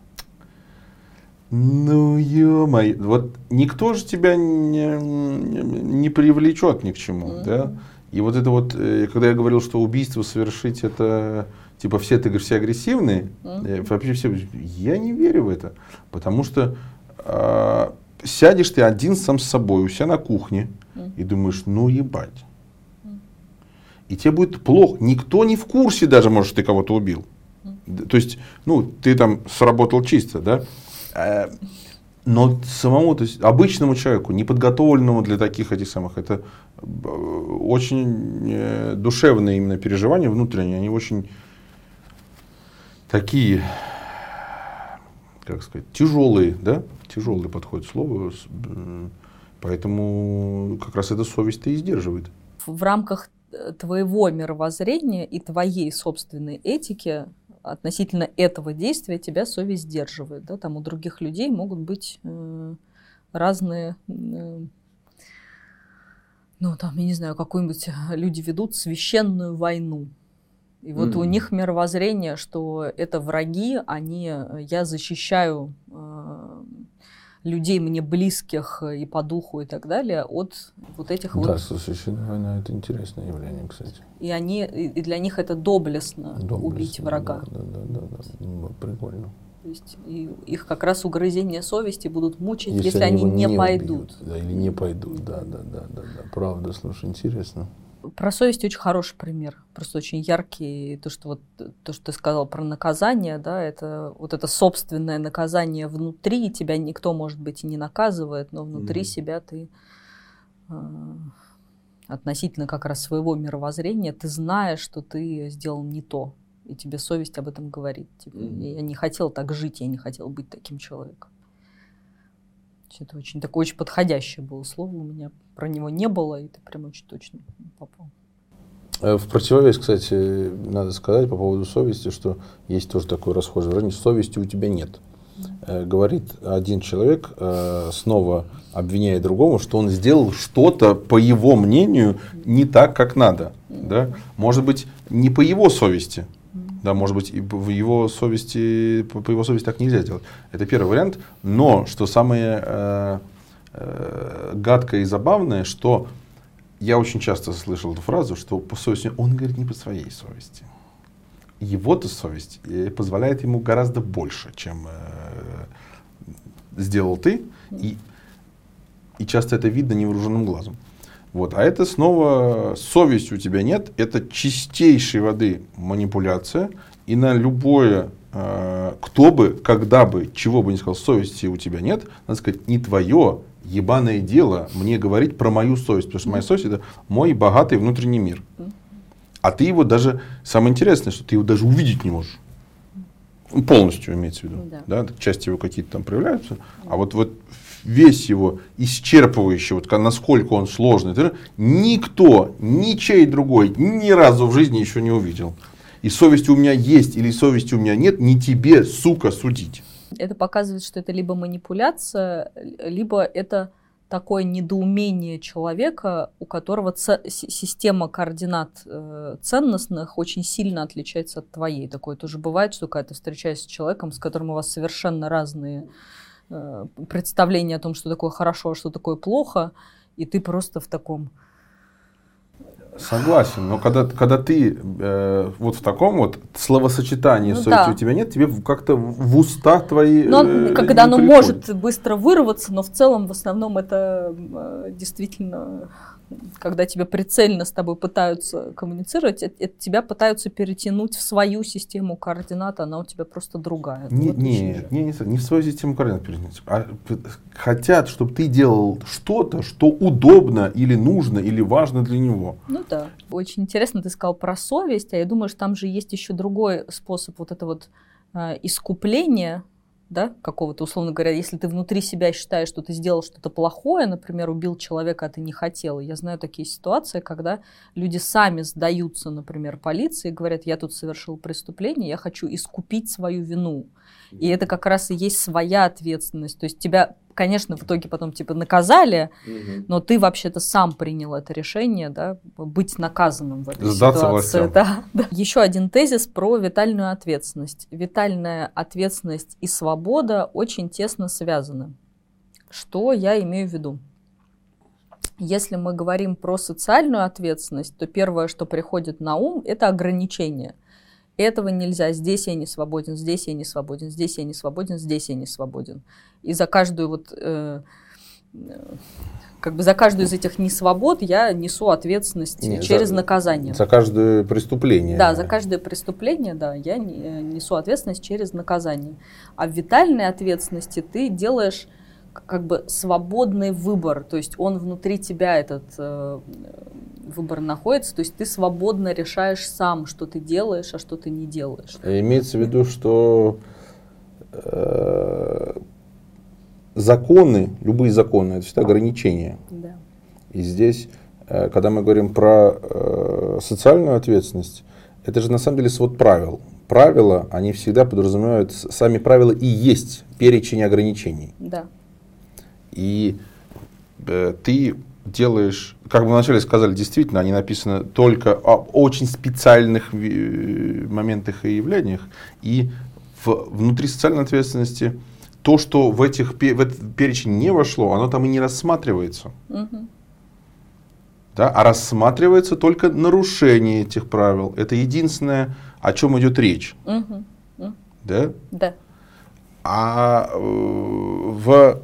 ну ё-моё, вот никто же тебя не, не привлечет ни к чему, mm-hmm. да? И вот это вот, когда я говорил, что убийство совершить, это, типа, все, ты говоришь, все агрессивные, mm-hmm. вообще все, я не верю в это, потому что э, сядешь ты один сам с собой у себя на кухне mm-hmm. и думаешь, ну ебать. Mm-hmm. И тебе будет плохо, никто не в курсе даже, может, ты кого-то убил. Mm-hmm. То есть, ну, ты там сработал чисто, да? Э, но самому, то есть, обычному человеку, неподготовленному для таких этих самых, это очень душевные именно переживания внутренние, они очень такие, как сказать, тяжелые, да, тяжелые подходит слово, поэтому как раз эта совесть-то и сдерживает. В рамках твоего мировоззрения и твоей собственной этики относительно этого действия тебя совесть сдерживает, да, там у других людей могут быть э, разные... Э, Ну, там, я не знаю, какой-нибудь люди ведут священную войну. И вот mm-hmm. у них мировоззрение, что это враги, они, я защищаю э, людей мне близких и по духу и так далее от вот этих да, вот... Да, священная война — это интересное явление, кстати. И, они, и для них это доблестно, доблестно убить врага. Да, да, да, да, да. Прикольно. То есть и их как раз угрызения совести будут мучить, если, если они, они не, не пойдут. Убьют, да, или не пойдут, да, да, да, да, да. Правда, слушай, интересно. Про совесть очень хороший пример, просто очень яркий. То, что вот то, что ты сказал про наказание, да, это вот это собственное наказание внутри, тебя никто, может быть, и не наказывает, но внутри mm-hmm. себя ты э, относительно как раз своего мировоззрения, ты знаешь, что ты сделал не то. И тебе совесть об этом говорит. Типа, mm-hmm. я не хотел так жить, я не хотел быть таким человеком. Это очень такое очень подходящее было слово у меня. Про него не было, и ты прям очень точно попал. В противовес, кстати, надо сказать по поводу совести, что есть тоже такое расхожее выражение: совести у тебя нет. Mm-hmm. Говорит один человек, снова обвиняя другого, что он сделал что-то, по его мнению, не так, как надо. Mm-hmm. Да? Может быть, не по его совести. Да, может быть, и в его совести, по его совести так нельзя сделать. Это первый вариант. Но, что самое э, э, гадкое и забавное, что я очень часто слышал эту фразу, что по совести, он говорит не по своей совести. Его-то совесть позволяет ему гораздо больше, чем э, сделал ты. И, и часто это видно невооруженным глазом. Вот. А это снова совести у тебя нет, это чистейшей воды манипуляция, и на любое, э, кто бы, когда бы, чего бы ни сказал, совести у тебя нет, надо сказать, не твое ебаное дело мне говорить про мою совесть, потому что моя совесть — это мой богатый внутренний мир. А ты его даже, самое интересное, что ты его даже увидеть не можешь. Полностью имеется в виду. Да. Да? Части его какие-то там проявляются, а вот, вот весь его исчерпывающий, вот насколько он сложный, никто, ничей другой ни разу в жизни еще не увидел. И совести у меня есть или совести у меня нет, не тебе, сука, судить. Это показывает, что это либо манипуляция, либо это такое недоумение человека, у которого ц- система координат э, ценностных очень сильно отличается от твоей. Такое тоже бывает, что когда ты встречаешься с человеком, с которым у вас совершенно разные э, представления о том, что такое хорошо, а что такое плохо, и ты просто в таком... Согласен, но когда, когда ты э, вот в таком вот словосочетании ну, совести да. у тебя нет, тебе как-то в уста твои но, э, когда оно приходит. может быстро вырваться, но в целом в основном это э, действительно, когда тебя прицельно с тобой пытаются коммуницировать, это, это тебя пытаются перетянуть в свою систему координат, она у тебя просто другая. Не, вот нет, не, не, не в свою систему координат перетянуть, а хотят, чтобы ты делал что-то, что удобно или нужно, или важно для него. Ну да. Очень интересно, ты сказал про совесть, а я думаю, что там же есть еще другой способ вот это вот э, искупления, да, какого-то, условно говоря, если ты внутри себя считаешь, что ты сделал что-то плохое, например, убил человека, а ты не хотел. Я знаю такие ситуации, когда люди сами сдаются, например, полиции и говорят, я тут совершил преступление, я хочу искупить свою вину. И это как раз и есть своя ответственность. То есть тебя, конечно, в итоге потом типа наказали, угу. но ты вообще-то сам принял это решение, да, быть наказанным в этой Сдаться ситуации. Да, да. Еще один тезис про витальную ответственность. Витальная ответственность и свобода очень тесно связаны. Что я имею в виду? Если мы говорим про социальную ответственность, то первое, что приходит на ум, это ограничение. Этого нельзя, здесь я не свободен, здесь я не свободен, здесь я не свободен, здесь я не свободен. И за каждую вот, э, как бы за каждую из этих несвобод я несу ответственность не, через за, наказание. За каждое преступление. Да, за каждое преступление, да, я несу ответственность через наказание. А в витальной ответственности ты делаешь как бы свободный выбор, то есть он внутри тебя этот э, выбор находится, то есть ты свободно решаешь сам, что ты делаешь, а что ты не делаешь. Имеется в виду, что э, законы, любые законы, это всегда ограничения. Да. И здесь, э, когда мы говорим про э, социальную ответственность, это же на самом деле свод правил. Правила, они всегда подразумевают, сами правила и есть перечень ограничений. Да. И э, ты делаешь, как мы вначале сказали, действительно, они написаны только о очень специальных моментах и явлениях. И в, внутри социальной ответственности то, что в, этих, в этот перечень не вошло, оно там и не рассматривается. Угу. Да? А рассматривается только нарушение этих правил. Это единственное, о чем идет речь. Угу. Угу. Да? Да. А э, в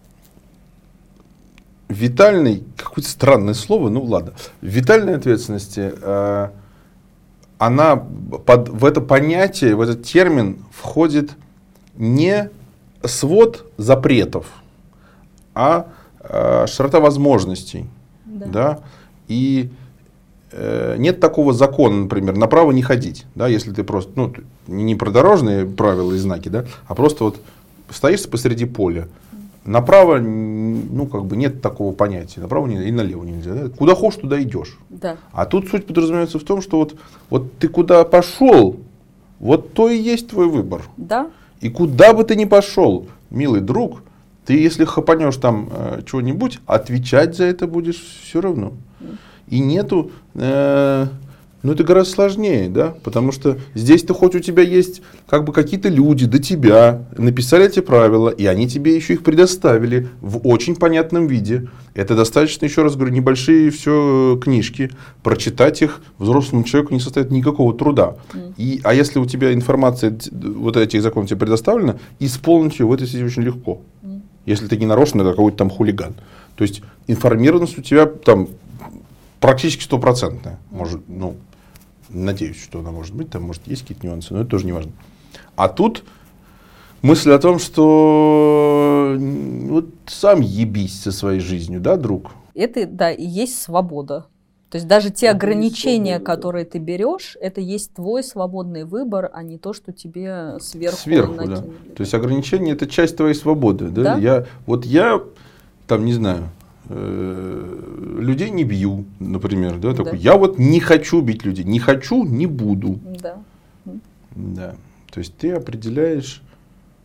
витальной, какое-то странное слово, ну ладно, в витальной ответственности э, она под, в это понятие, в этот термин входит не свод запретов, а э, широта возможностей. Да. Да? И э, нет такого закона, например, направо не ходить, да, если ты просто, ну, не про дорожные правила и знаки, да, а просто вот стоишь посреди поля. Направо, ну, как бы нет такого понятия. Направо нельзя и налево нельзя. Да? Куда хочешь, туда идешь. Да. А тут суть подразумевается в том, что вот, вот ты куда пошел, вот то и есть твой выбор. Да. И куда бы ты ни пошел, милый друг, ты если хапанешь там э, чего-нибудь, отвечать за это будешь все равно. Mm. И нету... Э, Ну, это гораздо сложнее, да, потому что здесь-то хоть у тебя есть как бы какие-то люди до тебя, написали эти правила, и они тебе еще их предоставили в очень понятном виде. Это достаточно, еще раз говорю, небольшие все книжки, прочитать их взрослому человеку не составит никакого труда. Mm. И, а если у тебя информация, вот этих законов тебе предоставлена, исполнить ее в этой связи очень легко, mm. если ты не нарочно какой-то там хулиган. То есть информированность у тебя там практически стопроцентная, mm. может, ну, надеюсь, что она может быть, там может есть какие-то нюансы, но это тоже не важно. А тут мысль о том, что вот сам ебись со своей жизнью, да, друг? Это, да, и есть свобода. То есть даже те это ограничения, свобода, которые да. ты берешь, это есть твой свободный выбор, а не то, что тебе сверху, сверху накинули. Да. То есть ограничения — это часть твоей свободы. Да? Да? Я, вот я, там, не знаю, людей не бью, например, да, такой, да. Я вот не хочу бить людей, не хочу, не буду. Да. Да. То есть ты определяешь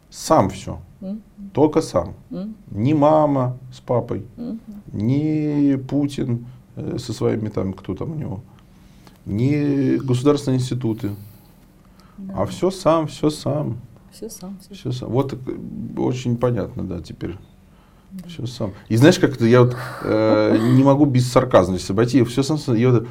Сам все. Mm-hmm. Только сам. Mm-hmm. Ни мама с папой, mm-hmm. ни Путин э, со своими там, кто там у него, ни государственные институты. Да. А все сам, все сам. Все сам. Все, все сам. Вот очень понятно, да, теперь. Да. Все сам. И знаешь, как-то я вот э, не могу без сарказма здесь обойти. Все сам, сам. Я вот,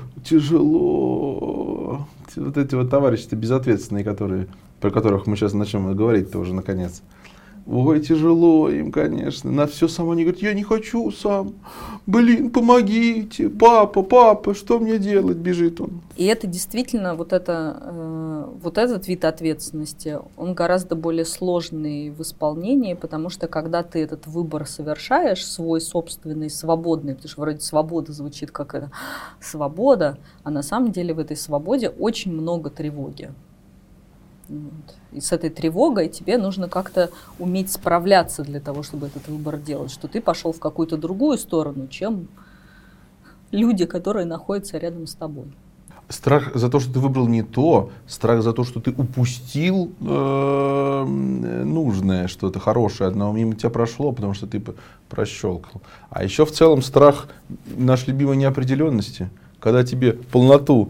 тяжело. Вот эти вот товарищи безответственные, которые, про которых мы сейчас начнем говорить тоже наконец. Ой, тяжело им, конечно. На все сам они говорят, я не хочу сам. Блин, помогите. Папа, папа, что мне делать? Бежит он. И это действительно, вот, это, э, вот этот вид ответственности, он гораздо более сложный в исполнении, потому что когда ты этот выбор совершаешь, свой собственный, свободный, потому что вроде свобода звучит как это, свобода, а на самом деле в этой свободе очень много тревоги. Вот. И с этой тревогой тебе нужно как-то уметь справляться для того, чтобы этот выбор делать, что ты пошел в какую-то другую сторону, чем люди, которые находятся рядом с тобой. Страх за то, что ты выбрал не то, страх за то, что ты упустил э, нужное, что-то хорошее, одно мимо тебя прошло, потому что ты прощелкал. А еще в целом страх нашей любимой неопределенности. Когда тебе полноту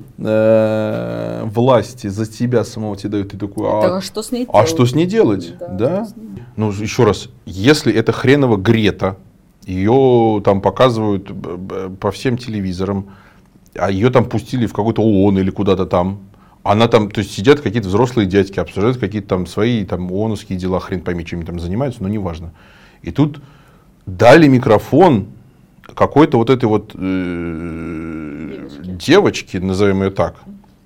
э, власти за тебя самого тебе дают, ты такой, а, а, что, с ней а что с ней делать? Да, да? С ней? Ну, еще раз, если это хреново Грета, ее там показывают по всем телевизорам, а ее там пустили в какой-то ООН или куда-то там, она там, то есть сидят какие-то взрослые дядьки, обсуждают какие-то там свои там ООНовские дела, хрен пойми, чем они там занимаются, но неважно. И тут дали микрофон какой-то вот этой вот э, девочки, назовем ее так,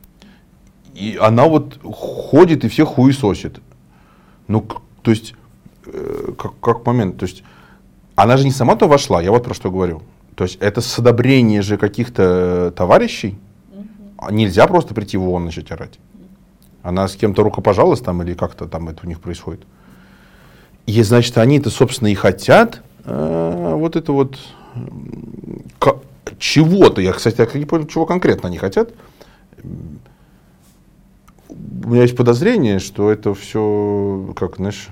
и она вот ходит и всех хуесосит. Ну, то есть, э, как, как момент, то есть, она же не сама-то вошла, я вот про что говорю. То есть, это с одобрения же каких-то товарищей, угу. Нельзя просто прийти в ООН начать орать. Она с кем-то рукопожалась там, или как-то там это у них происходит. И, значит, они-то, собственно, и хотят э, вот это вот к- чего-то. Я, кстати, я не понял, чего конкретно они хотят. У меня есть подозрение, что это все, как, знаешь,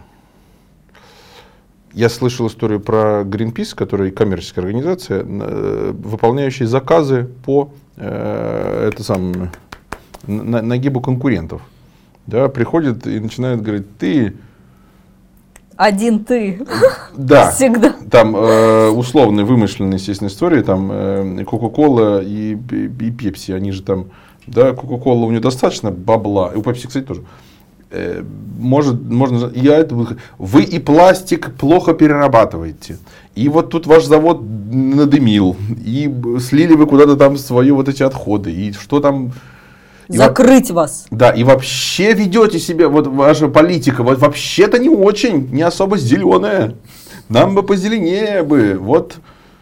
я слышал историю про Greenpeace, которая коммерческая организация, выполняющая заказы по э, это самое, на, нагибу конкурентов. Да, приходит и начинает говорить, ты... Один ты. Да. Всегда. Там э, условные, вымышленные, естественно, истории. Там э, Coca-Cola и, и, и Pepsi, они же там... Да, Coca-Cola у нее достаточно бабла. И у Pepsi, кстати, тоже. Э, может, можно... Я это, вы и пластик плохо перерабатываете. И вот тут ваш завод надымил. И слили вы куда-то там свои вот эти отходы. И что там... И закрыть во... вас. Да, и вообще ведете себя, вот ваша политика, вот вообще-то не очень, не особо зеленая. Нам бы позеленее бы, вот.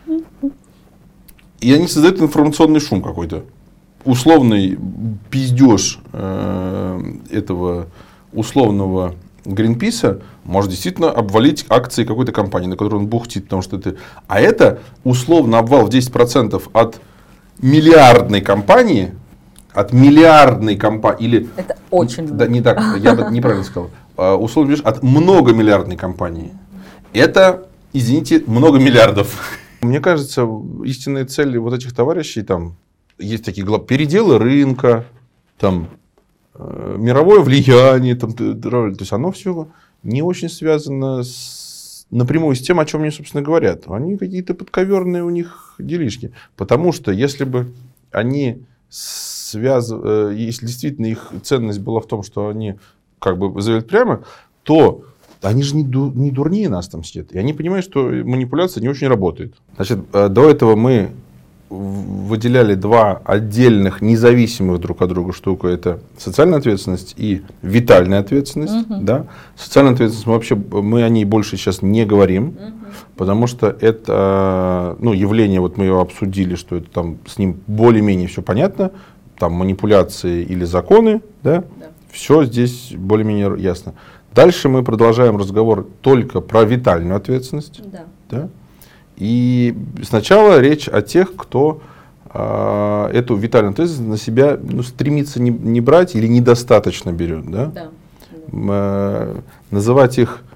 И они создают информационный шум какой-то. Условный пиздеж э, этого условного Гринписа может действительно обвалить акции какой-то компании, на которую он бухтит, потому что это... А это условно обвал в десять процентов от миллиардной компании, от миллиардной компании, или... Это очень да, не так, я бы неправильно сказал. Uh, условно, от многомиллиардной компании. Это, извините, много миллиардов. Мне кажется, истинные цели вот этих товарищей, там, есть такие глав... переделы рынка, там, э, мировое влияние, там, то есть оно все не очень связано с... напрямую с тем, о чем они, собственно, говорят. Они какие-то подковерные у них делишки. Потому что, если бы они... Связ... если действительно их ценность была в том, что они как бы заявляют прямо, то они же не, ду... не дурнее нас там сидят. И они понимают, что манипуляция не очень работает. Значит, до этого мы выделяли два отдельных, независимых друг от друга штука. Это социальная ответственность и витальная ответственность. Угу. Да? Социальная ответственность, мы вообще мы о ней больше сейчас не говорим, угу. Потому что это ну, явление, вот мы его обсудили, что это там с ним более-менее все понятно. Там манипуляции или законы, да? Да. Все здесь более-менее ясно. Дальше мы продолжаем разговор только про витальную ответственность. Да. Да? И сначала речь о тех, кто э, эту витальную ответственность на себя ну, стремится не, не брать или недостаточно берет. Да? Да. Э, называть их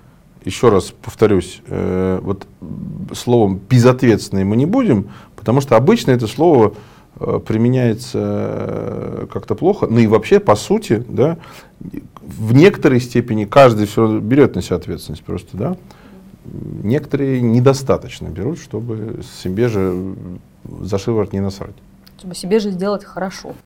еще раз повторюсь, э, вот словом безответственный мы не будем, потому что обычно это слово э, применяется э, как-то плохо. Ну и вообще, по сути, да, в некоторой степени каждый все берет на себя ответственность просто, да. Некоторые недостаточно берут, чтобы себе же за шиворот не насрать. Чтобы себе же сделать хорошо.